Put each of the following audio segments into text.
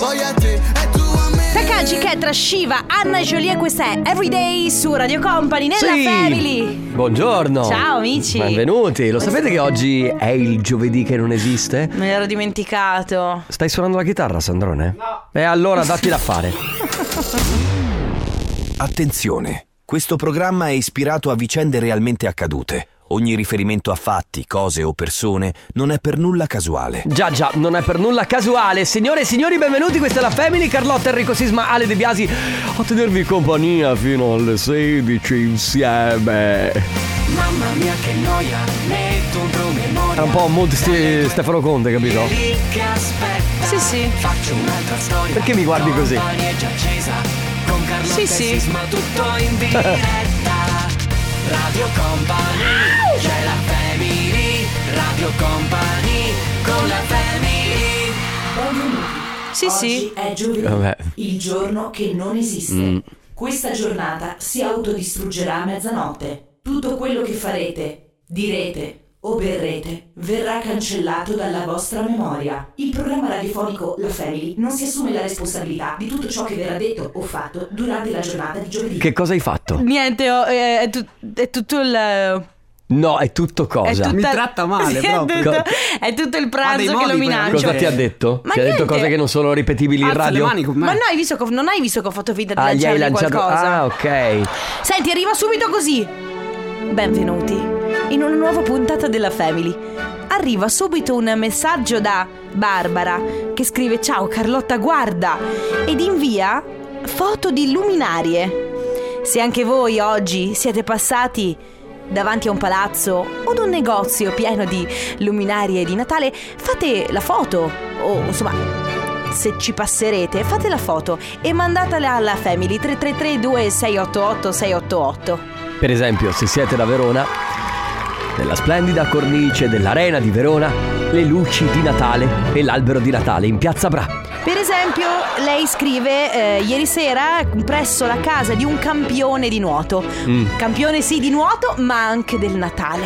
poi a te e tu a me. Takagi Ketra, Shiva, Anna Jolie, questa è Everyday su Radio Company nella Family. Buongiorno. Ciao amici. Benvenuti. Lo sapete che oggi è il giovedì che non esiste? Me l'ero dimenticato. Stai suonando la chitarra, Sandrone? No. E allora datti da fare. Attenzione, questo programma è ispirato a vicende realmente accadute. Ogni riferimento a fatti, cose o persone non è per nulla casuale. Già, non è per nulla casuale. Signore e signori, benvenuti, questa è la Family. Carlotta, Enrico Sisma, Ale De Biasi a tenervi compagnia fino alle 16 insieme. Mamma mia che noia, metto un promemoria. È un po' mood Stefano Conte, capito? Sì. Faccio un'altra storia. Perché mi guardi così? Company è già accesa, con Carlotta e Sì. Sisma tutto in diretta. Radio Company, c'è la Family. Radio Company, con la Family. Sì. Oggi è giovedì, Vabbè. il giorno che non esiste. Questa giornata si autodistruggerà a mezzanotte. Tutto quello che farete, direte o berrete verrà cancellato dalla vostra memoria. Il programma radiofonico La Family non si assume la responsabilità di tutto ciò che verrà detto o fatto durante la giornata di giovedì. Che cosa hai fatto? Niente, è tutto il... No, è tutto cosa? Mi tratta male, Sì, proprio. è tutto il pranzo dei che modi lo poi, minaccio. Cosa ti ha detto? Ma Ti ha detto niente. cose che non sono ripetibili in Alza le radio? mani con me. Ma no, non hai visto che ho fatto finta di Ah, gli hai lanciarmi lanciato. qualcosa? Ah, ok. Senti, arriva subito così. Benvenuti in una nuova puntata della Family. Arriva subito un messaggio da Barbara che scrive: ciao Carlotta, guarda, ed invia foto di luminarie. Se anche voi oggi siete passati davanti a un palazzo o ad un negozio pieno di luminarie di Natale, fate la foto, o insomma, se ci passerete, fate la foto e mandatela alla Family 333 2688 688. Per esempio, se siete da Verona, nella splendida cornice dell'Arena di Verona, le luci di Natale e l'albero di Natale in Piazza Bra. Per esempio, lei scrive ieri sera presso la casa di un campione di nuoto. Campione sì di nuoto, ma anche del Natale.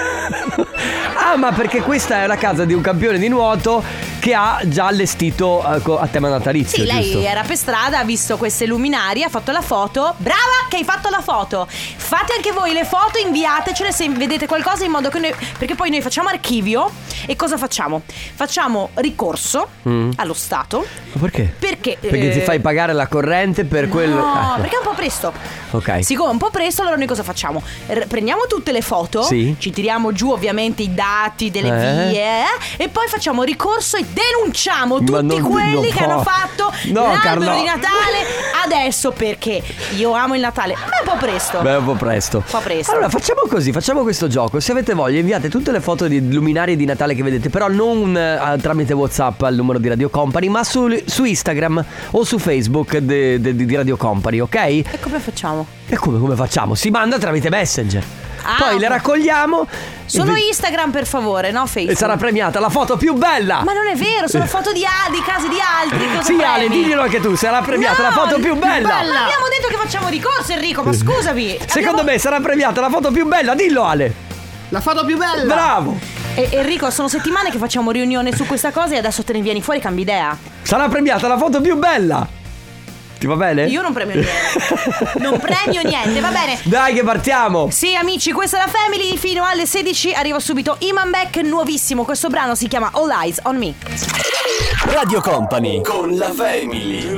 Ah, ma perché questa è la casa di un campione di nuoto che ha già allestito a tema natalizio, Sì, lei giusto? era per strada, ha visto queste luminarie, ha fatto la foto. Brava che hai fatto la foto. Fate anche voi le foto, inviatecele se vedete qualcosa, in modo che noi, perché poi noi facciamo archivio. E cosa facciamo? Facciamo ricorso allo Stato. Ma perché? Perché Ti fai pagare la corrente per quello. No, Ecco. perché è un po' presto. Ok. Siccome è un po' presto, allora noi cosa facciamo? Prendiamo tutte le foto, Sì. ci tiriamo giù ovviamente i dati delle vie e poi facciamo ricorso e denunciamo Ma tutti non- quelli non che hanno può. fatto No, l'albero Carlo. di Natale adesso, perché io amo il Natale, ma è un po' presto. Beh, un po' presto. Un po' presto. Allora facciamo così, facciamo questo gioco. Se avete voglia, inviate tutte le foto di luminarie di Natale che vedete, però non tramite WhatsApp al numero di Radio Company, ma su Instagram o su Facebook di Radio Company, ok? E come facciamo? E come facciamo? Si manda tramite Messenger. Ah, Poi le ok. raccogliamo Solo e Instagram, per favore, no Facebook. e sarà premiata la foto più bella. Ma non è vero, sono foto di case di altri. Cosa Sì, Ale, premi? diglielo anche tu, sarà premiata No, la foto più bella. Ma abbiamo detto che facciamo ricorso, Enrico, ma scusami. Secondo me sarà premiata la foto più bella, dillo Ale. La foto più bella. Bravo. Enrico, sono settimane che facciamo riunione su questa cosa e adesso te ne vieni fuori, cambi idea. Sarà premiata la foto più bella. Ti va bene? Io non premio niente. Non premio niente, va bene. Dai che partiamo. Sì, amici, questa è la Family. Fino alle 16 arriva subito Iman Beck, nuovissimo. Questo brano si chiama All Eyes on Me. Radio Company con la Family.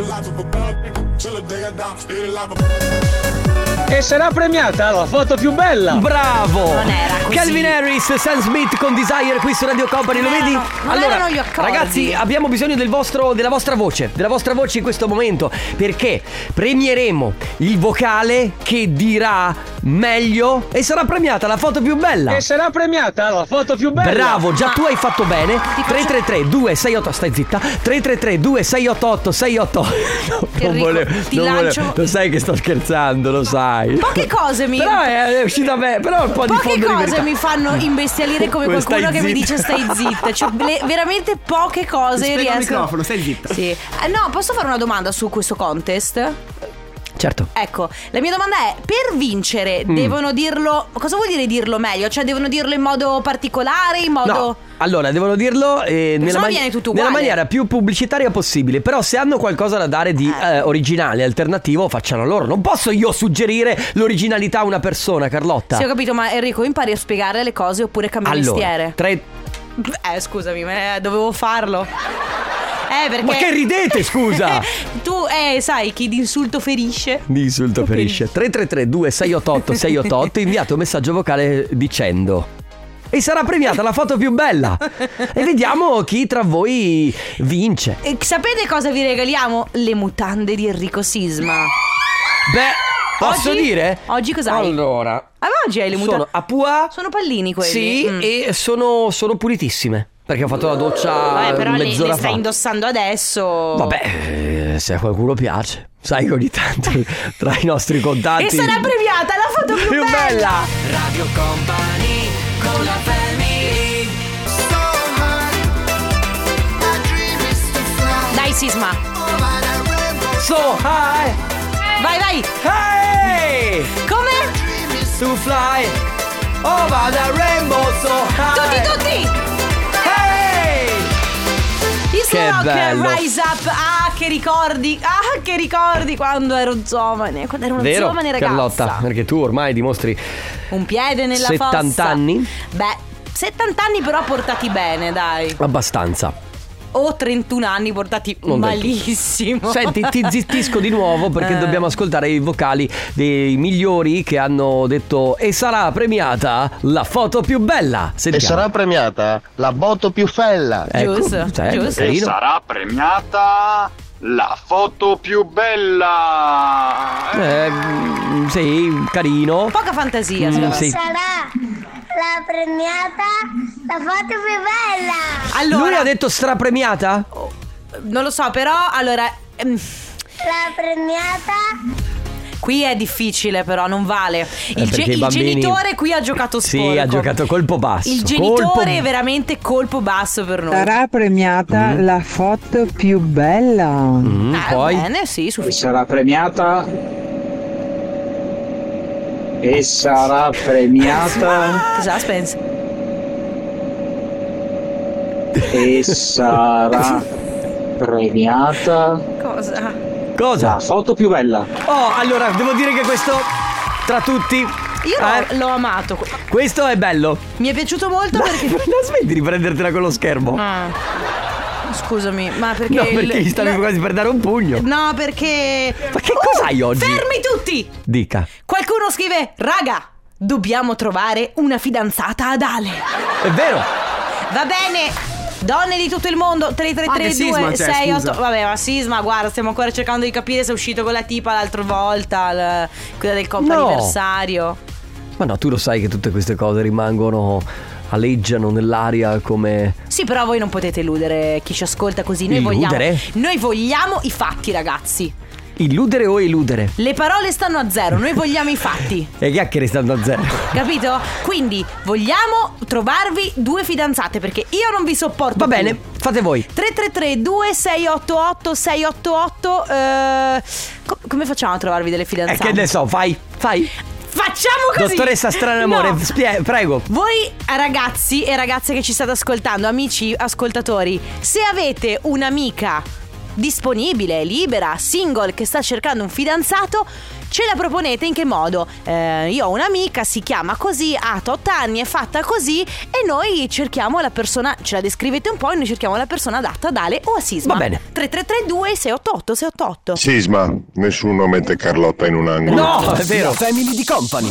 E sarà premiata la foto più bella. Bravo. Non era così. Calvin Harris, Sam Smith con Desire qui su Radio Company, lo vedi? Non erano gli accordi. ragazzi, abbiamo bisogno della vostra voce in questo momento, perché premieremo il vocale che dirà meglio e sarà premiata la foto più bella. E sarà premiata la foto più bella. Bravo, già tu hai fatto bene. 333 2688, stai zitta. 333 2688 688. Enrico, ti lancio- Lo sai che sto scherzando, lo sai. Poche cose mi... Però è uscita bene, però un po' di Poche fondo di cose verità. mi fanno imbestialire come Come qualcuno stai che mi zitta. dice stai zitta. Cioè, veramente poche cose Spiega il riescono. microfono, stai zitta. Sì. No, posso fare una domanda su questo contest? Certo. Ecco, la mia domanda è: per vincere devono dirlo? Cosa vuol dire dirlo meglio? Cioè devono dirlo in modo particolare, in modo... No, allora devono dirlo viene tutto uguale. nella maniera più pubblicitaria possibile. Però se hanno qualcosa da dare di originale, alternativo, facciano loro. Non posso io suggerire l'originalità a una persona, Carlotta. Sì, ho capito, ma Enrico, impari a spiegare le cose oppure cambi mestiere? Scusami, dovevo farlo. Perché... Ma che ridete, scusa? Tu sai, chi d'insulto ferisce. Di insulto ferisce. 333-2688-688. Inviate un messaggio vocale dicendo: e sarà premiata la foto più bella. E vediamo chi tra voi vince. E sapete cosa vi regaliamo? Le mutande di Enrico Sisma. Beh, posso oggi, dire? Oggi cos'hai? Allora, oggi hai le mutande. sono a Pua. Sono pallini quelli. Sì, e sono pulitissime. Perché ho fatto la doccia però mezz'ora le stai fa. indossando adesso. Vabbè, se a qualcuno piace. Sai che ogni tanto tra i nostri contatti. E sarà premiata la foto più bella. Radio Company con la family. Dai Sisma. So high. Vai. Hey! Come? To fly over the rainbow so high. Tutti. Hey! East Che Rock, bello. Rise Up. Che ricordi quando ero giovane. Quando ero una Vero, giovane ragazza. Carlotta, perché tu ormai dimostri Un piede nella 70 fossa. anni? Beh, 70 anni però portati bene, dai. Abbastanza. O 31 anni portati Non del malissimo. Senti, ti zittisco di nuovo perché dobbiamo ascoltare i vocali dei migliori che hanno detto: e sarà premiata la foto più bella. Sentiamo. E sarà premiata la foto più fella. Ecco, Giusto. carino. Sarà premiata la foto più bella. Sì, carino. Poca fantasia, secondo me. Sì. Sarà la premiata la foto più bella. Allora, Lui ha detto strapremiata? non lo so, però allora La premiata. qui è difficile, però non vale. Il perché i bambini- genitore qui ha giocato sporco. Sì, ha giocato colpo basso. Il genitore Colpo- è veramente colpo basso per noi. Sarà premiata la foto più bella. Poi Bene, sì, sufficiente. Sarà premiata. E sarà premiata. Suspense. E sarà premiata Cosa? cosa? la foto più bella. Oh, allora, devo dire che questo tra tutti Io l'ho amato. questo è bello. Mi è piaciuto molto perché Non smetti di prendertela con lo schermo. scusami, ma perché No, perché gli stavi quasi per dare un pugno. No, perché Ma che cos'hai oggi? Fermi tutti! Dica. Qualcuno scrive: raga, dobbiamo trovare una fidanzata ad Ale. È vero. Va bene. Donne di tutto il mondo. 3332 68. Vabbè, ma Sisma, guarda, stiamo ancora cercando di capire se è uscito con la tipa l'altra volta, quella del comp'anniversario. Ma no, tu lo sai che tutte queste cose rimangono, aleggiano nell'aria come... Sì, però voi non potete illudere chi ci ascolta così. Illudere? Noi vogliamo i fatti, ragazzi. Illudere o eludere? Le parole stanno a zero, noi vogliamo i fatti. E chiacchiere stanno a zero. Capito? Quindi vogliamo trovarvi due fidanzate, perché io non vi sopporto Va più. bene, fate voi. 333-2688-688. Come facciamo a trovarvi delle fidanzate? Che ne so, fai. Facciamo così. Dottoressa Stranamore, No. prego. Voi ragazzi e ragazze che ci state ascoltando, amici ascoltatori, se avete un'amica disponibile, libera, single, che sta cercando un fidanzato, ce la proponete in che modo? Io ho un'amica, si chiama così, ha 8 anni, è fatta così, e noi cerchiamo la persona, ce la descrivete un po' e noi cerchiamo la persona adatta ad Ale o a Sisma. Va bene. 3332-688-688. Sisma, nessuno mette Carlotta in un angolo. No, è vero. Family di Company.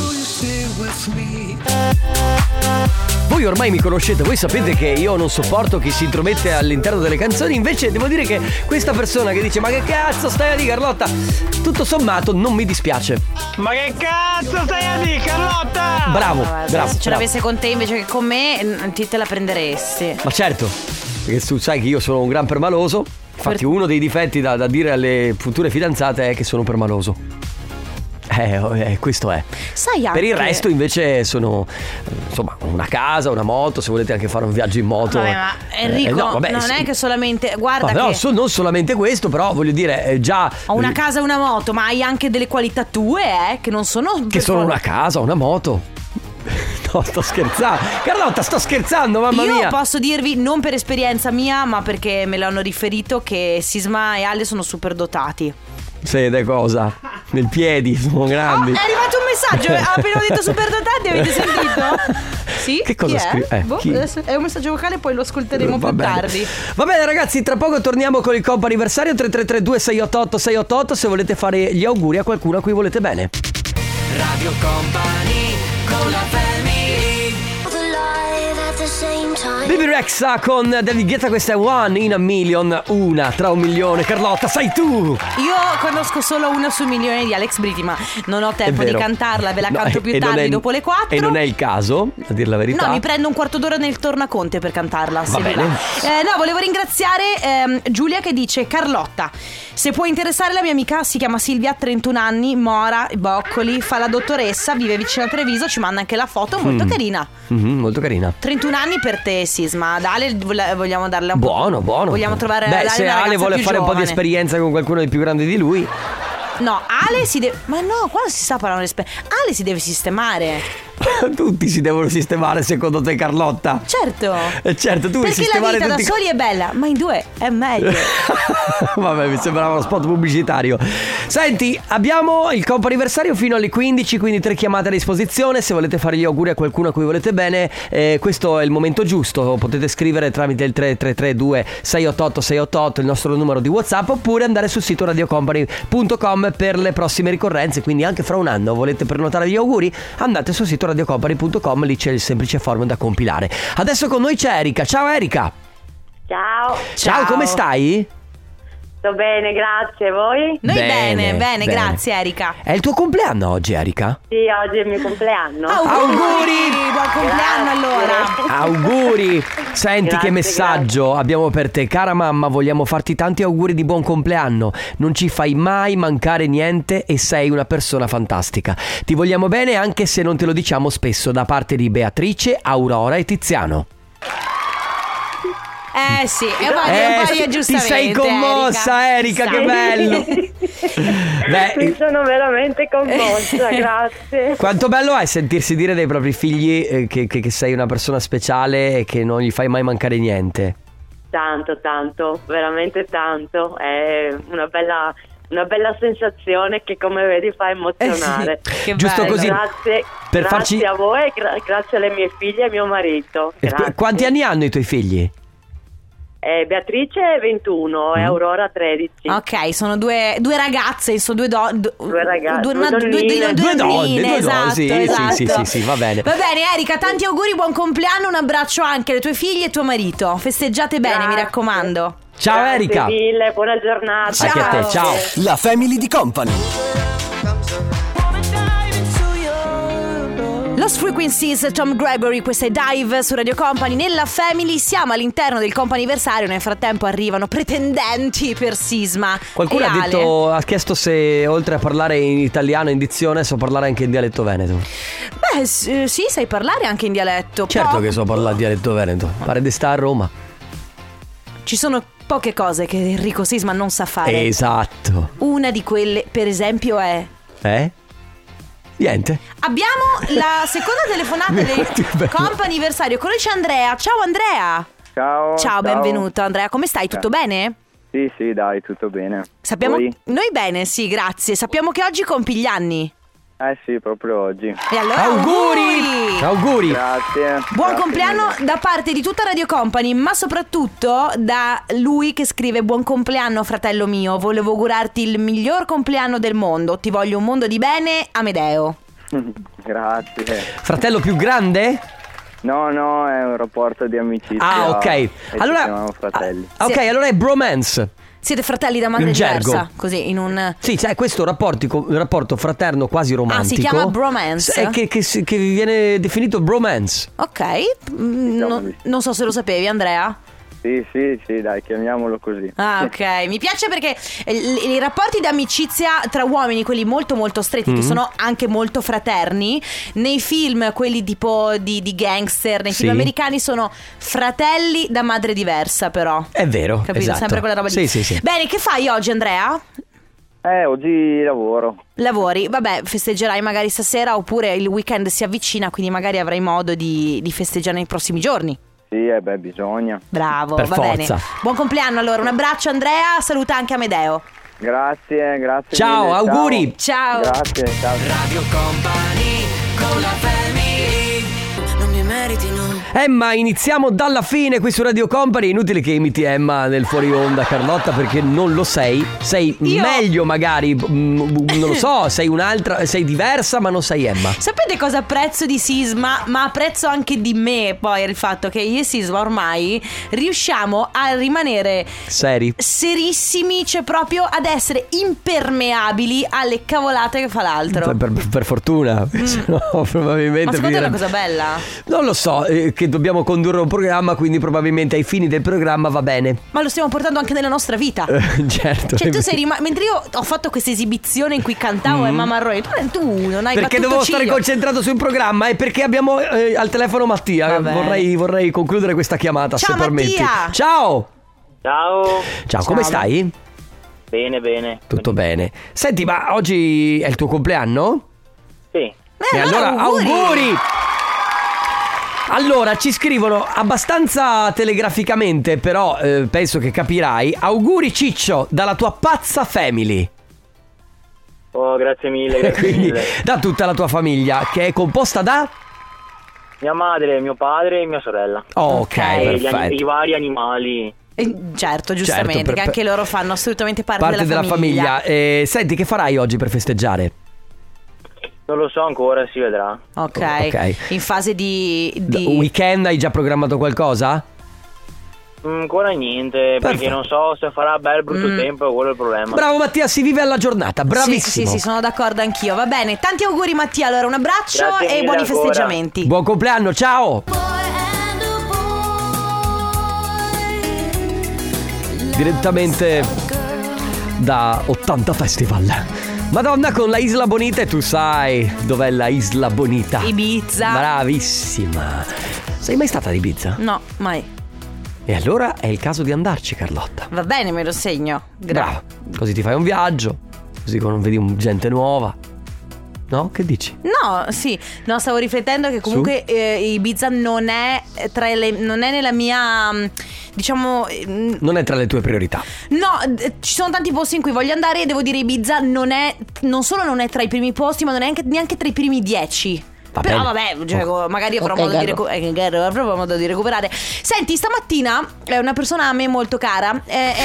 Voi ormai mi conoscete, voi sapete che io non sopporto chi si intromette all'interno delle canzoni. Invece devo dire che questa persona che dice: ma che cazzo stai a dire, Carlotta, tutto sommato non mi dispiace. Ma che cazzo stai a dire, Carlotta? Bravo, Se ce bravo. l'avesse con te invece che con me, te la prenderesti. Ma certo, perché tu sai che io sono un gran permaloso. Infatti uno dei difetti da dire alle future fidanzate è che sono permaloso. Questo è. Sai anche... Per il resto invece sono insomma una casa, una moto, se volete anche fare un viaggio in moto. Vabbè, ma Enrico, non è che solamente... Guarda no, che... non solamente questo, però voglio dire, già... Ho una casa e una moto, ma hai anche delle qualità tue, che non sono... Che sono una casa, una moto. No, sto scherzando. Carlotta, sto scherzando, mamma mia. Io posso dirvi, non per esperienza mia, ma perché me l'hanno riferito, che Sisma e Ale sono super dotati. Sede cosa? Nel piedi, sono grandi. È arrivato un messaggio, ha appena detto super dotati, avete sentito? Sì? Che cosa scrive? È un messaggio vocale, poi lo ascolteremo più tardi. Va bene ragazzi, tra poco torniamo con il comp anniversario 3332 688 688 se volete fare gli auguri a qualcuno a cui volete bene. Radio Company con la family. Baby Rexha con David Guetta, questa è One in a Million, una tra un milione. Carlotta, sei tu! Io conosco solo una su milione di Alex Britti, ma non ho tempo di cantarla, ve la canto più tardi dopo le 4. E non è il caso, a dir la verità. No, mi prendo un quarto d'ora nel tornaconte per cantarla. Va bene. No, volevo ringraziare Giulia che dice: Carlotta, se può interessare, la mia amica si chiama Silvia, 31 anni, mora, boccoli, fa la dottoressa, vive vicino a Treviso, ci manda anche la foto, molto carina. Molto carina. 31 anni per te, Sisma. Ad Ale vogliamo darle un po'. Buono. Vogliamo trovare se Ale vuole fare un po' di esperienza con qualcuno di più grande di lui. No, Ale si deve... Ma no, qua non si sta parlando di Ale si deve sistemare. Tutti si devono sistemare, secondo te, Carlotta? Certo. Certo, tu vuoi perché sistemare la vita tutti... da soli è bella, ma in due è meglio. Vabbè, mi sembrava uno spot pubblicitario. Senti, abbiamo il comp anniversario fino alle 15, quindi 3 chiamate a disposizione. Se volete fare gli auguri a qualcuno a cui volete bene, questo è il momento giusto. Potete scrivere tramite il 3332 688 688, il nostro numero di WhatsApp, oppure andare sul sito radiocompany.com per le prossime ricorrenze. Quindi anche fra un anno volete prenotare gli auguri, andate sul sito radiocompany.com, lì c'è il semplice form da compilare. Adesso con noi c'è Erika. Ciao Erika. Ciao, come stai? Sto bene, grazie. Voi? Noi bene, grazie Erika. È il tuo compleanno oggi, Erika? Sì, oggi è il mio compleanno. Auguri! Buon compleanno allora. Auguri. Senti, Grazie, che messaggio abbiamo per te. Cara mamma, vogliamo farti tanti auguri di buon compleanno. Non ci fai mai mancare niente e sei una persona fantastica. Ti vogliamo bene anche se non te lo diciamo spesso, da parte di Beatrice, Aurora e Tiziano. Sì, e poi giustamente ti sei commossa, Erika, che bello. Mi sono veramente commossa, grazie. Quanto bello è sentirsi dire dai propri figli che sei una persona speciale e che non gli fai mai mancare niente. Tanto, veramente tanto. È una bella sensazione che, come vedi, fa emozionare. Che giusto bello. così. Grazie a voi, grazie alle mie figlie e a mio marito. Quanti anni hanno i tuoi figli? Beatrice 21 e Aurora 13. Ok, sono due ragazze, sono due ragazze, due donne, esatto, sì, va bene. Va bene Erika, tanti auguri, buon compleanno, un abbraccio anche alle tue figlie e tuo marito. Festeggiate bene, mi raccomando. Ciao Erika. Grazie mille, buona giornata. Anche a te, ciao. La Family di Company. Lost Frequencies, Tom Gregory, questa è Dive su Radio Company. Nella Family siamo all'interno del comp'anniversario. Nel frattempo arrivano pretendenti per Sisma. Qualcuno ha chiesto se oltre a parlare in italiano in dizione so parlare anche in dialetto veneto. Beh, sì, sai parlare anche in dialetto. Certo che so parlare dialetto veneto. Pare di stare a Roma. Ci sono poche cose che Enrico Sisma non sa fare. Esatto. Una di quelle, per esempio, è... Niente. Abbiamo la seconda telefonata del comp'anniversario. Con noi c'è Andrea. Ciao Andrea. Ciao, benvenuto Andrea. Come stai? Tutto bene? Sì, dai, tutto bene. Sappiamo... Voi? Noi bene, sì, grazie. Sappiamo che oggi compi gli anni. Sì, proprio oggi. E allora auguri. Grazie. Buon compleanno da parte di tutta Radio Company, ma soprattutto da lui che scrive: buon compleanno fratello mio, volevo augurarti il miglior compleanno del mondo. Ti voglio un mondo di bene, Amedeo. Grazie. Fratello più grande? No, è un rapporto di amicizia. Ok. Allora siamo fratelli. Ok, allora è bromance. Siete fratelli da madre diversa, così in un... Sì, c'è questo rapporto fraterno quasi romantico. Si chiama bromance. Che viene definito bromance. Ok, non so se lo sapevi, Andrea. Sì, dai, chiamiamolo così. Ah, ok. Mi piace perché i rapporti di amicizia tra uomini, quelli molto molto stretti, che sono anche molto fraterni, nei film, quelli tipo di gangster, nei film americani, sono fratelli da madre diversa, però. È vero, capito? esatto. Sempre quella roba lì. Sì. Bene, che fai oggi, Andrea? Oggi lavoro. Lavori? Vabbè, festeggerai magari stasera, oppure il weekend si avvicina, quindi magari avrai modo di festeggiare nei prossimi giorni. Sì, bisogna. Bravo, per va forza. Bene. Buon compleanno allora, un abbraccio Andrea, saluta anche Amedeo. Grazie Ciao, mille, auguri. Ciao. Grazie, ciao. Radio Company con la family. Non mi meriti, no. Emma, iniziamo dalla fine qui su Radio Company. Inutile che imiti Emma nel fuori onda, Carlotta, perché non lo sei. Sei meglio magari, non lo so, sei un'altra, sei diversa, ma non sei Emma. Sapete cosa apprezzo di Sisma? Ma apprezzo anche di me poi il fatto che io e Sisma ormai riusciamo a rimanere serissimi, cioè proprio ad essere impermeabili alle cavolate che fa l'altro. Per fortuna. No, probabilmente. Ma secondo te è una cosa bella? Non lo so, che dobbiamo condurre un programma, quindi probabilmente ai fini del programma va bene. Ma lo stiamo portando anche nella nostra vita. Certo. Cioè tu sei mentre io ho fatto questa esibizione in cui cantavo Emma Marrone, tu non hai perché devo stare concentrato sul programma e perché abbiamo al telefono Mattia. Vorrei concludere questa chiamata. Ciao, se permetti. Mattia. Ciao, come stai? Bene. Tutto bene. Senti, ma oggi è il tuo compleanno? Sì. E allora auguri! Allora, ci scrivono abbastanza telegraficamente, però penso che capirai. Auguri Ciccio, dalla tua pazza family. Oh, grazie mille. Quindi da tutta la tua famiglia, che è composta da? Mia madre, mio padre e mia sorella. Ok, perfetto. I vari animali. Certo, giustamente, che anche loro fanno assolutamente parte della famiglia. Senti, che farai oggi per festeggiare? Non lo so ancora, si vedrà. Ok. In fase di weekend hai già programmato qualcosa? Ancora niente, perché non so se farà bel brutto tempo, quello è il problema. Bravo Mattia, si vive alla giornata, bravissimo. Sì, sono d'accordo anch'io, va bene. Tanti auguri Mattia, allora un abbraccio. Grazie e buoni festeggiamenti. Buon compleanno, ciao. Direttamente da 80 Festival. Madonna con la Isla Bonita, e tu sai dov'è la Isla Bonita? Ibiza. Bravissima. Sei mai stata ad Ibiza? No, mai. E allora è il caso di andarci, Carlotta. Va bene, me lo segno. Bravo. Così ti fai un viaggio, così vedi gente nuova. No? Che dici? No, sì. No, stavo riflettendo che comunque Ibiza non è non è nella mia, diciamo, non è tra le tue priorità. No, ci sono tanti posti in cui voglio andare e devo dire Ibiza non solo non è tra i primi posti, ma non è neanche tra i primi 10. Però vabbè, cioè, magari avrò modo di recuperare. Senti, stamattina una persona a me molto cara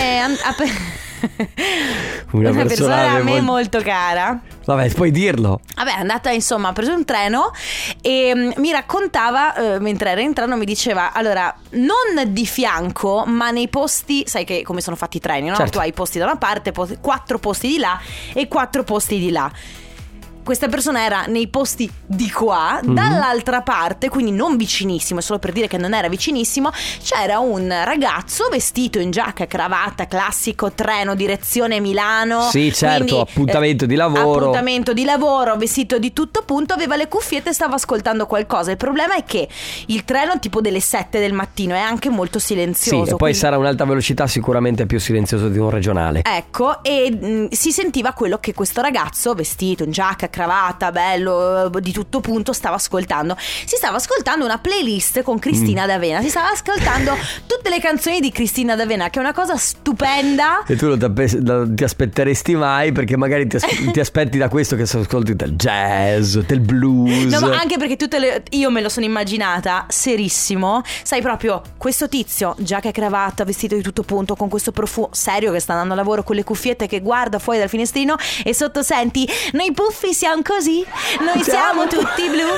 una persona a me molto cara. Vabbè, puoi dirlo. Vabbè, è andata, insomma, ha preso un treno e mi raccontava, mentre era in treno, mi diceva, allora, non di fianco, ma nei posti, sai che come sono fatti i treni, no? Certo. Tu hai posti da una parte, 4 posti di là e 4 posti di là. Questa persona era nei posti di qua, dall'altra parte, quindi non vicinissimo, è solo per dire che non era vicinissimo, c'era un ragazzo vestito in giacca e cravatta, classico treno direzione Milano. Sì, certo, quindi, appuntamento di lavoro, vestito di tutto punto, aveva le cuffiette e stava ascoltando qualcosa. Il problema è che il treno tipo delle 7 del mattino è anche molto silenzioso. Sì, e poi sarà un'alta velocità, sicuramente più silenzioso di un regionale. Ecco, e si sentiva quello che questo ragazzo vestito in giacca, cravatta, bello, di tutto punto, stava ascoltando. Si stava ascoltando una playlist con Cristina D'Avena. Si stava ascoltando tutte le canzoni di Cristina D'Avena, che è una cosa stupenda. E tu non ti aspetteresti mai, perché magari ti aspetti da questo che ascolti del jazz, del blues. No, ma anche perché io me lo sono immaginata serissimo. Sai, proprio questo tizio, giacca e cravatta, vestito di tutto punto, con questo profumo serio, che sta andando a lavoro con le cuffiette, che guarda fuori dal finestrino e sotto senti: noi puffi siamo siamo così, noi siamo tutti blu.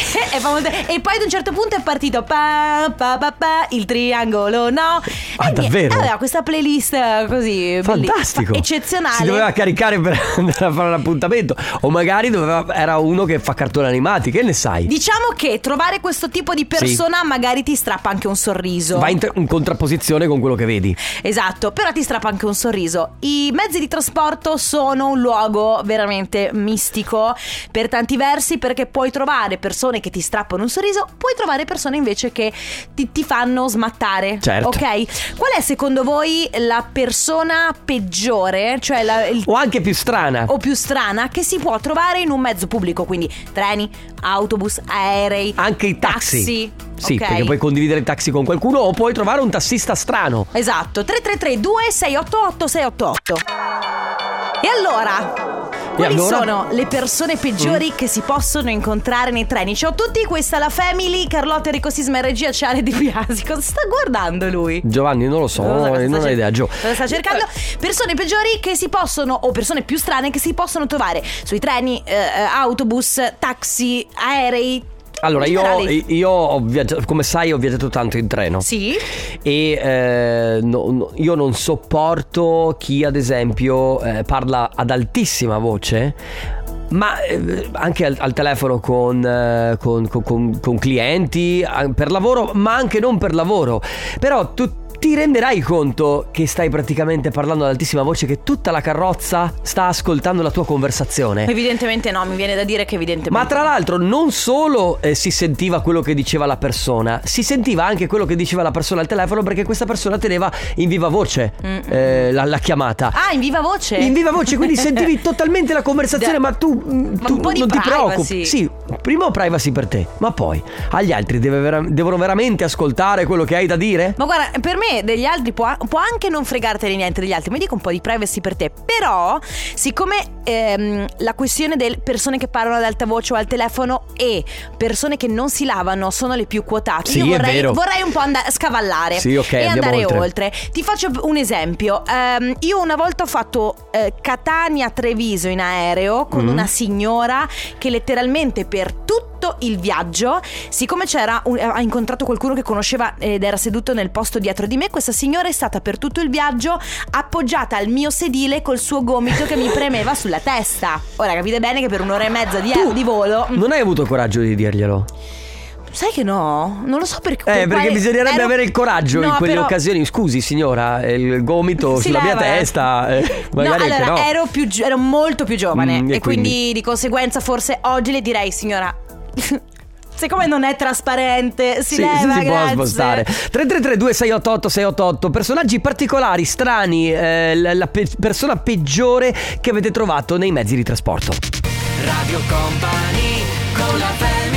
E poi ad un certo punto è partito il triangolo, no? Davvero? Aveva questa playlist così fantastico, eccezionale. Si doveva caricare per andare a fare un appuntamento, o magari era uno che fa cartoni animati, che ne sai? Diciamo che trovare questo tipo di persona magari ti strappa anche un sorriso. Va in contrapposizione con quello che vedi. Esatto, però ti strappa anche un sorriso. I mezzi di trasporto sono un luogo veramente mistico per tanti versi, perché puoi trovare persone che ti strappano un sorriso, puoi trovare persone invece che ti fanno smattare. Certo. Ok? Qual è secondo voi la persona peggiore, cioè o anche più strana, che si può trovare in un mezzo pubblico? Quindi treni, autobus, aerei, anche i taxi. Sì, okay. Perché puoi condividere il taxi con qualcuno o puoi trovare un tassista strano. Esatto. 333-2688-688. E allora, quali sono le persone peggiori che si possono incontrare nei treni? Ciao a tutti, questa è la Family. Carlotta, Enrico Sisma e regia, c'è Ale Di Biasi. Cosa sta guardando lui? Giovanni, non lo so, non ho idea. Cosa sta cercando? Persone peggiori che si possono, o persone più strane che si possono trovare sui treni, autobus, taxi, aerei. Allora, io ho viaggiato, come sai, ho viaggiato tanto in treno. Sì. E io non sopporto chi, ad esempio, parla ad altissima voce, ma anche al telefono con clienti per lavoro, ma anche non per lavoro. Però tu ti renderai conto che stai praticamente parlando ad altissima voce, che tutta la carrozza sta ascoltando la tua conversazione? Evidentemente no, mi viene da dire che evidentemente. Ma tra l'altro non solo si sentiva quello che diceva la persona, si sentiva anche quello che diceva la persona al telefono, perché questa persona teneva in viva voce la chiamata. Ah, in viva voce? In viva voce, quindi sentivi totalmente la conversazione, ma tu non ti preoccupi. Sì, prima privacy per te, ma poi agli altri devono veramente ascoltare quello che hai da dire? Ma guarda, per me degli altri può anche non fregartene niente degli altri, mi dico un po' di privacy per te. Però siccome la questione delle persone che parlano ad alta voce o al telefono e persone che non si lavano sono le più quotate, sì, io vorrei un po' scavallare, sì, okay, e andare oltre. oltre. Ti faccio un esempio. Io una volta ho fatto Catania-Treviso in aereo con una signora che letteralmente per tutto il viaggio, siccome ha incontrato qualcuno che conosceva ed era seduto nel posto dietro di me, questa signora è stata per tutto il viaggio appoggiata al mio sedile col suo gomito che mi premeva sulla testa. Ora capite bene che per un'ora e mezza di volo non hai avuto coraggio di dirglielo? Sai che no? Non lo so perché. Perché bisognerebbe avere il coraggio in quelle occasioni. Scusi signora, il gomito sulla mia testa. Magari no, allora ero molto più giovane e quindi di conseguenza forse oggi le direi: signora, siccome non è trasparente, si leva, si può spostare. 333-2688-688. Personaggi particolari, strani, la persona peggiore che avete trovato nei mezzi di trasporto. Radio Company con la Family.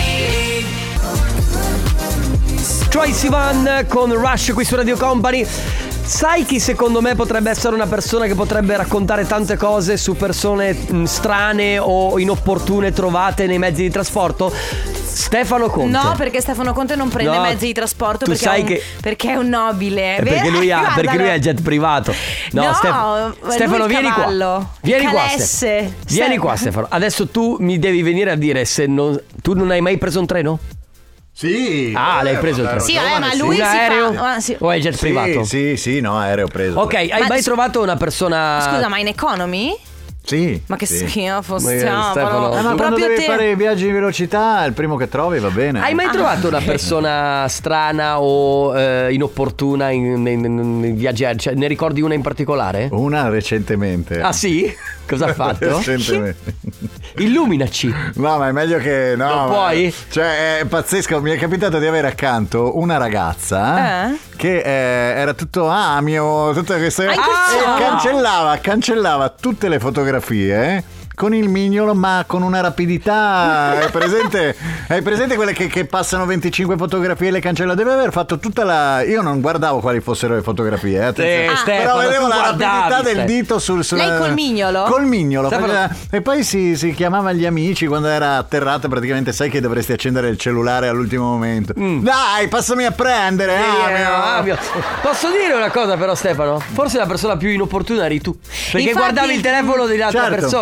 Troye Sivan con Rush qui su Radio Company. Sai chi secondo me potrebbe essere una persona che potrebbe raccontare tante cose su persone strane o inopportune trovate nei mezzi di trasporto? Stefano Conte. No, perché Stefano Conte non prende mezzi di trasporto perché è un nobile. Perché lui ha il jet privato. Stefano, vieni qua. Vieni qua, Stefano. Vieni qua, Stefano. Adesso tu mi devi venire a dire se tu non hai mai preso un treno? Sì. L'hai preso il treno. Sì, ma lui un aereo? O hai il jet privato? Sì, no, aereo preso. Ok, hai mai trovato una persona... Scusa, ma in economy? Sì. Ma che schifo Stefano, ma quando proprio devi fare i viaggi di velocità, il primo che trovi va bene. Hai mai trovato una persona strana o inopportuna nei viaggi? Cioè, ne ricordi una in particolare? Una recentemente. Ah sì? Cosa ha fatto? Recentemente. Illuminaci. No, ma è meglio che no. Non puoi? Cioè, è pazzesco. Mi è capitato di avere accanto una ragazza che era tutto tutte queste e cancellava tutte le fotografie con il mignolo, ma con una rapidità. Hai presente quelle che passano 25 fotografie e le cancella? Deve aver fatto tutta la... Io non guardavo quali fossero le fotografie, però vedevo la rapidità del dito sul lei col mignolo? Col mignolo. E poi si chiamava gli amici quando era atterrata. Praticamente sai che dovresti accendere il cellulare all'ultimo momento. Dai, passami a prendere. Posso dire una cosa però, Stefano? Forse la persona più inopportuna eri tu, perché guardavi il telefono dell'altra persona. Certo.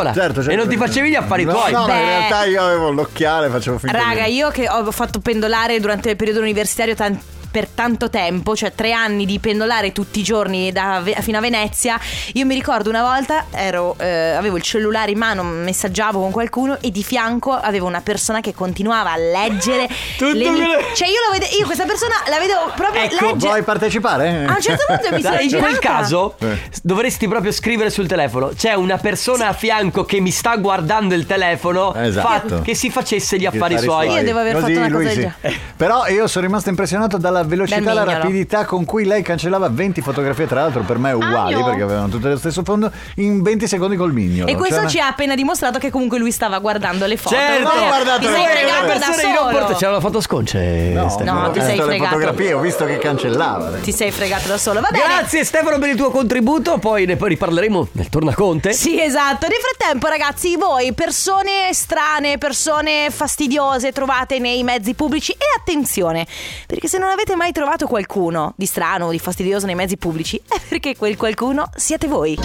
E non ti facevi gli affari tuoi? No, in realtà io avevo l'occhiale, facevo finta. Raga, io che ho fatto pendolare durante il periodo universitario per tanto tempo, cioè 3 anni di pendolare tutti i giorni fino a Venezia. Io mi ricordo una volta avevo il cellulare in mano, messaggiavo con qualcuno e di fianco avevo una persona che continuava a leggere cioè io questa persona la vedo proprio leggere. Vuoi partecipare? A un certo punto mi sono in girata. quel caso dovresti proprio scrivere sul telefono: c'è una persona a fianco che mi sta guardando il telefono, esatto, che si facesse gli affari suoi. Io devo aver fatto una cosa del genere. Però io sono rimasto impressionato dalla velocità e la rapidità con cui lei cancellava 20 fotografie, tra l'altro per me uguali, perché avevano tutte lo stesso fondo, in 20 secondi col mignolo. E questo ci ha appena dimostrato che comunque lui stava guardando le foto. Certo, ti sei fregato da solo. C'erano foto sconce. No, ti sei fregato. Le fotografie ho visto che cancellava. Ti sei fregato da solo. Va bene. Grazie Stefano per il tuo contributo. Poi ne riparleremo nel tornaconte. Sì, esatto. Nel frattempo, ragazzi, voi persone strane, persone fastidiose trovate nei mezzi pubblici, e attenzione, perché se non avete mai trovato qualcuno di strano o di fastidioso nei mezzi pubblici, è perché quel qualcuno siete voi.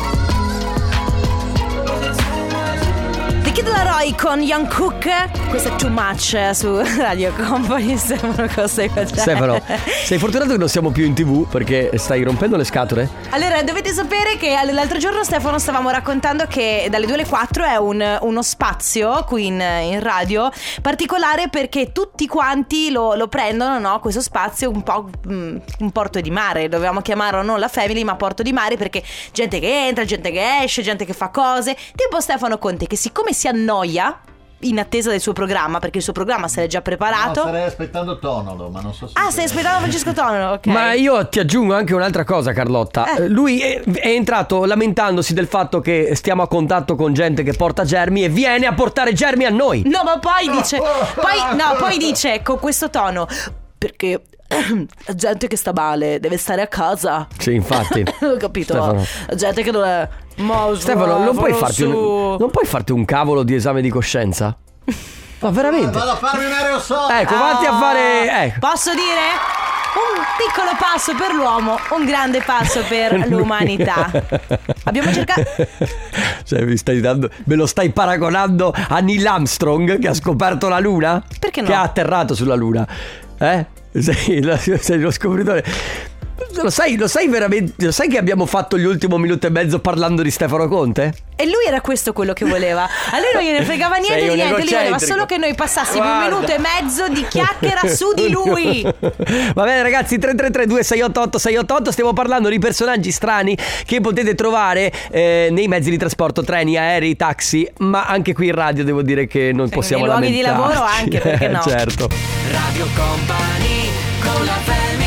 The Kid Laroi con Young Cook. Questo è Too Much su Radio Company. Stefano, cosa stai facendo? Stefano, sei fortunato che non siamo più in TV, perché stai rompendo le scatole. Allora, dovete sapere che l'altro giorno, Stefano, stavamo raccontando che dalle 2 alle 4 è uno spazio qui in radio particolare, perché tutti quanti lo prendono, no? Questo spazio un po' un porto di mare. Dovevamo chiamarlo non la Family, ma porto di mare, perché gente che entra, gente che esce, gente che fa cose. Tipo Stefano Conte, che siccome si annoia in attesa del suo programma, perché il suo programma se l'è già preparato. No, starei aspettando Tonolo, ma non so se... stai aspettando Francesco Tonolo, ok. Ma io ti aggiungo anche un'altra cosa, Carlotta. Lui è entrato lamentandosi del fatto che stiamo a contatto con gente che porta germi, e viene a portare germi a noi. No, ma poi dice poi dice con questo tono: perché la gente che sta male deve stare a casa. Sì, infatti. Ho capito. Stefano. La gente che non è... Stefano, non puoi farti un cavolo di esame di coscienza? Ma veramente? Vado a farmi un aerosol. Ecco, vatti a fare... Posso dire? Un piccolo passo per l'uomo, un grande passo per l'umanità. Abbiamo cercato... Cioè, me lo stai paragonando a Neil Armstrong, che ha scoperto la luna? Perché no? Che ha atterrato sulla luna. Sei lo scopritore. Lo sai veramente? Lo sai che abbiamo fatto gli ultimi minuto e mezzo parlando di Stefano Conte? E lui era questo quello che voleva. A lui non gliene fregava niente di niente. Lui voleva solo che noi passassimo un minuto e mezzo di chiacchiera su di lui. Va bene, ragazzi, 333-2688-688. Stiamo parlando di personaggi strani che potete trovare nei mezzi di trasporto, treni, aerei, taxi. Ma anche qui in radio devo dire che non possiamo lamentarci. Nei luoghi di lavoro anche, perché no? Certo. Radio Company con la Family.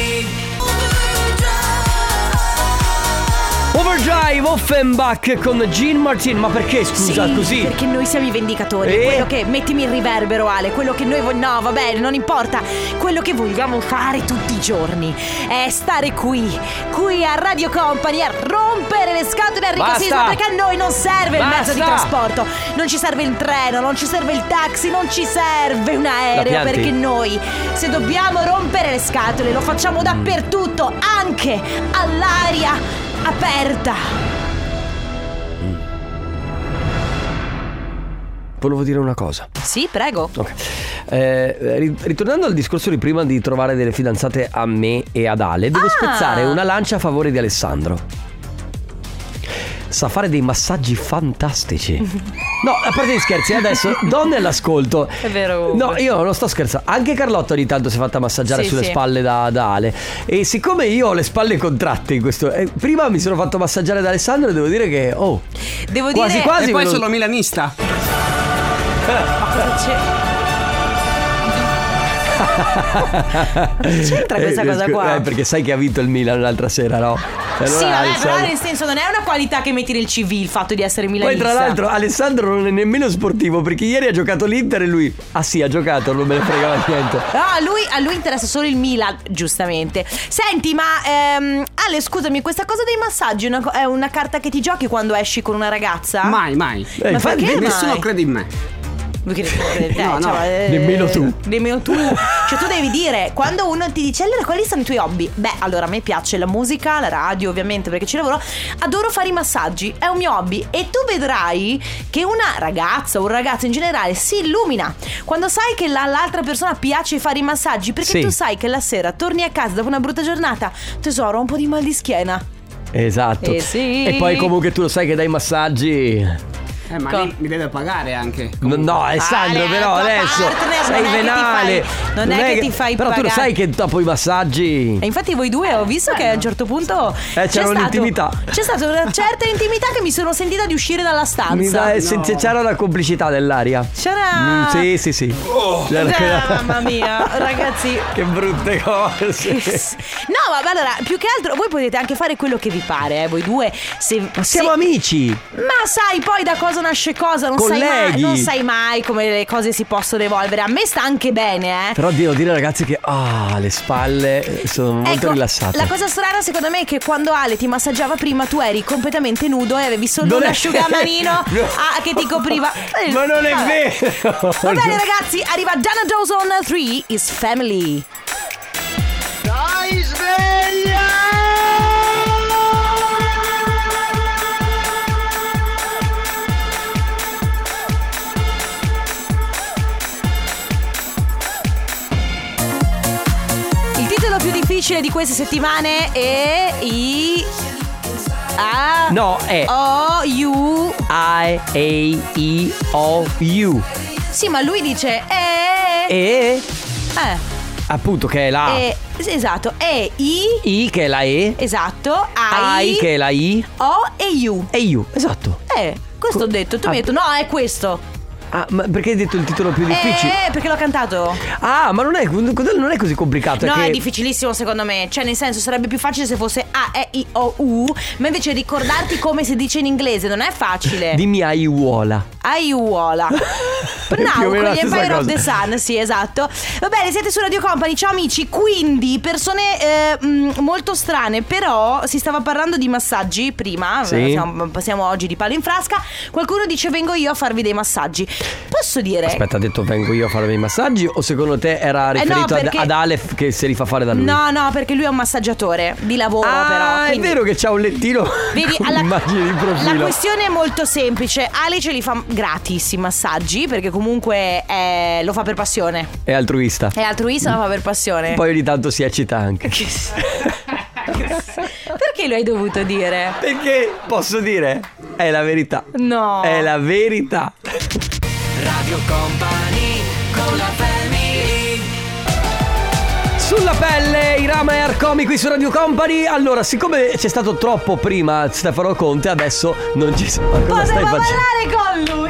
Overdrive, Offenbach con Gene Martin. Ma perché, scusa, così? Perché noi siamo i vendicatori. Quello che... Mettimi il riverbero, Ale. Quello che noi no, vabbè, non importa. Quello che vogliamo fare tutti i giorni è stare qui a Radio Company a rompere le scatole al ricasismo. Perché a noi non serve il mezzo di trasporto, non ci serve il treno, non ci serve il taxi, non ci serve un aereo, perché noi, se dobbiamo rompere le scatole, lo facciamo dappertutto, anche all'aria aperta. Volevo dire una cosa. Sì, prego. Okay. Ritornando al discorso di prima di trovare delle fidanzate a me e ad Ale, devo spezzare una lancia a favore di Alessandro. Sa fare dei massaggi fantastici. No, a parte gli scherzi, adesso donne all'ascolto. È vero. No, io non sto scherzando. Anche Carlotta ogni tanto si è fatta massaggiare sulle spalle da Ale. E siccome io ho le spalle contratte in questo, prima mi sono fatto massaggiare da Alessandro, e devo dire che devo quasi dire... quasi. E poi sono milanista. Ma cosa c'è? C'entra questa cosa qua? Perché sai che ha vinto il Milan l'altra sera, no? Allora, sì, vabbè, però nel senso non è una qualità che metti nel CV il fatto di essere milanista. Poi tra l'altro Alessandro non è nemmeno sportivo, perché ieri ha giocato l'Inter e lui ha giocato, non me ne fregava niente. No, a lui interessa solo il Milan, giustamente. Senti, ma Ale, scusami, questa cosa dei massaggi è una carta che ti giochi quando esci con una ragazza? Mai. Ma perché nessuno crede in me. Nemmeno tu. Nemmeno tu. Cioè tu devi dire, quando uno ti dice allora quali sono i tuoi hobby? Beh, allora a me piace la musica, la radio ovviamente perché ci lavoro. Adoro fare i massaggi, è un mio hobby. E tu vedrai che una ragazza o un ragazzo in generale si illumina quando sai che l'altra persona piace fare i massaggi, perché tu sai che la sera torni a casa dopo una brutta giornata, tesoro, ho un po' di mal di schiena. Esatto. Sì. E poi comunque tu lo sai che dai massaggi. Ma lì mi deve pagare anche. No, Alessandro, però adesso sei venale. Non è che ti fai però pagare. tu lo sai che dopo i massaggi. E infatti voi due ho visto che a un certo punto c'era un'intimità. C'è stata una certa intimità che mi sono sentita di uscire dalla stanza. C'era una complicità nell'aria. C'era. Sì. Mamma mia, ragazzi. Che brutte cose. No, vabbè, allora, più che altro voi potete anche fare quello che vi pare, voi due. Siamo amici. Ma sai poi da cosa nasce cosa, non sai mai come le cose si possono evolvere. A me sta anche bene, Però devo dire, ragazzi, che le spalle sono molto rilassate. La cosa strana secondo me è che quando Ale ti massaggiava prima tu eri completamente nudo e avevi solo un asciugamanino che ti copriva. Ma non è vero. Va bene ragazzi, arriva Dana Dawson, 3 is Family. Dai, sveglia! Il titolo più difficile di queste settimane è I-A-E-I-O-U. Sì, ma lui dice appunto, che è la esatto, I che è la E. Esatto, I che è la I. O e U. E U, esatto. Questo ho detto, tu mi hai detto no, è questo. Ma perché hai detto il titolo più difficile? Perché l'ho cantato. Ma non è così complicato. No, è difficilissimo secondo me. Cioè nel senso sarebbe più facile se fosse A-E-I-O-U. Ma invece ricordarti come si dice in inglese non è facile. Dimmi aiuola. Aiuola. Now con gli Empire of the Sun. Sì, esatto. Va bene, siete su Radio Company. Ciao amici. Quindi persone molto strane. Però si stava parlando di massaggi prima. Sì. Passiamo oggi di palo in frasca. Qualcuno dice vengo io a farvi dei massaggi. Posso dire? Aspetta, ha detto vengo io a fare dei massaggi? O secondo te era riferito ad Alef che se li fa fare da lui? No, perché lui è un massaggiatore di lavoro però. Quindi... è vero che c'ha un lettino. Vedi, con l'immagine di profilo. La questione è molto semplice. Ale ce li fa gratis i massaggi perché comunque lo fa per passione. È altruista. Lo fa per passione. Poi ogni tanto si eccita anche. Perché lo hai dovuto dire? Perché posso dire? È la verità. No. È la verità. Radio Company con la family. Sulla pelle, Irama e Arcomi qui su Radio Company. Allora, siccome c'è stato troppo prima Stefano Conte, adesso non ci sono. Cosa stai facendo? Parlare con lui.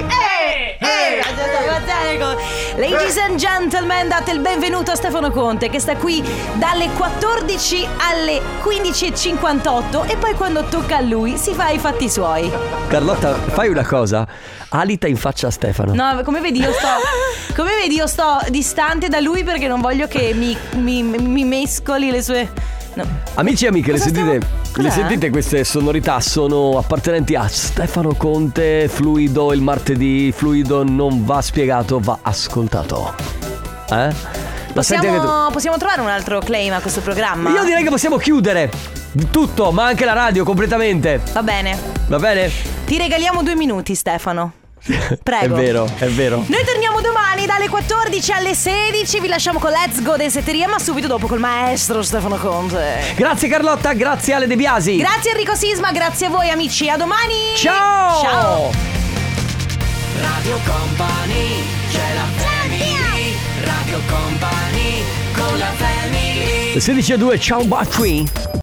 Ladies and gentlemen, date il benvenuto a Stefano Conte che sta qui dalle 14 alle 15:58 e poi quando tocca a lui si fa i fatti suoi. Carlotta, fai una cosa, alita in faccia a Stefano. No, come vedi io sto distante da lui perché non voglio che mi mescoli le sue... No. Amici e amiche, le sentite queste sonorità? Sono appartenenti a Stefano Conte. Fluido il martedì. Fluido non va spiegato, va ascoltato. Possiamo trovare un altro claim a questo programma? Io direi che possiamo chiudere tutto, ma anche la radio completamente. Va bene. Va bene? Ti regaliamo 2 minuti, Stefano. Prego. È vero. Noi torniamo domani dalle 14 alle 16. Vi lasciamo con Let's Go Densetteria, ma subito dopo col maestro Stefano Conte. Grazie Carlotta, grazie Ale De Biasi. Grazie Enrico Sisma, grazie a voi amici. A domani. Ciao. Radio Company, c'è la family. Radio Company con la family. 16:02, ciao Battery.